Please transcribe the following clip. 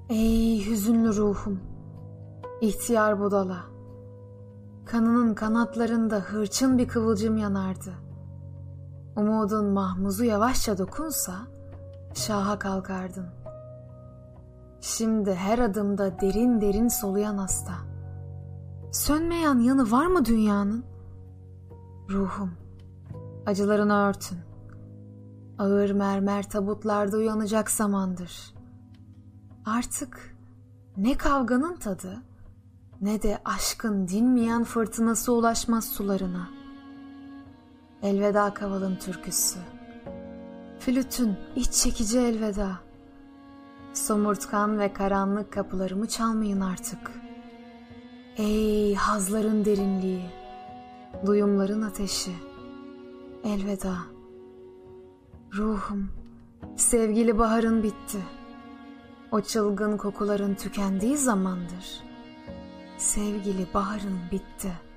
Ey hüzünlü ruhum, ihtiyar budala. Kanının kanatlarında hırçın bir kıvılcım yanardı. Umudun mahmuzu yavaşça dokunsa şaha kalkardın. Şimdi her adımda derin derin soluyan hasta. Sönmeyen yanı var mı dünyanın? Ruhum, acılarını örtün. Ağır mermer tabutlarda uyanacak zamandır. Artık ne kavganın tadı ne de aşkın dinmeyen fırtınası ulaşmaz sularına. Elveda kavalın türküsü. Flütün iç çekici elveda. Somurtkan ve karanlık kapılarımı çalmayın artık. Ey hazların derinliği, duyumların ateşi, elveda. Ruhum, sevgili baharın bitti. O çılgın kokuların tükendiği zamandır. Sevgili baharın bitti.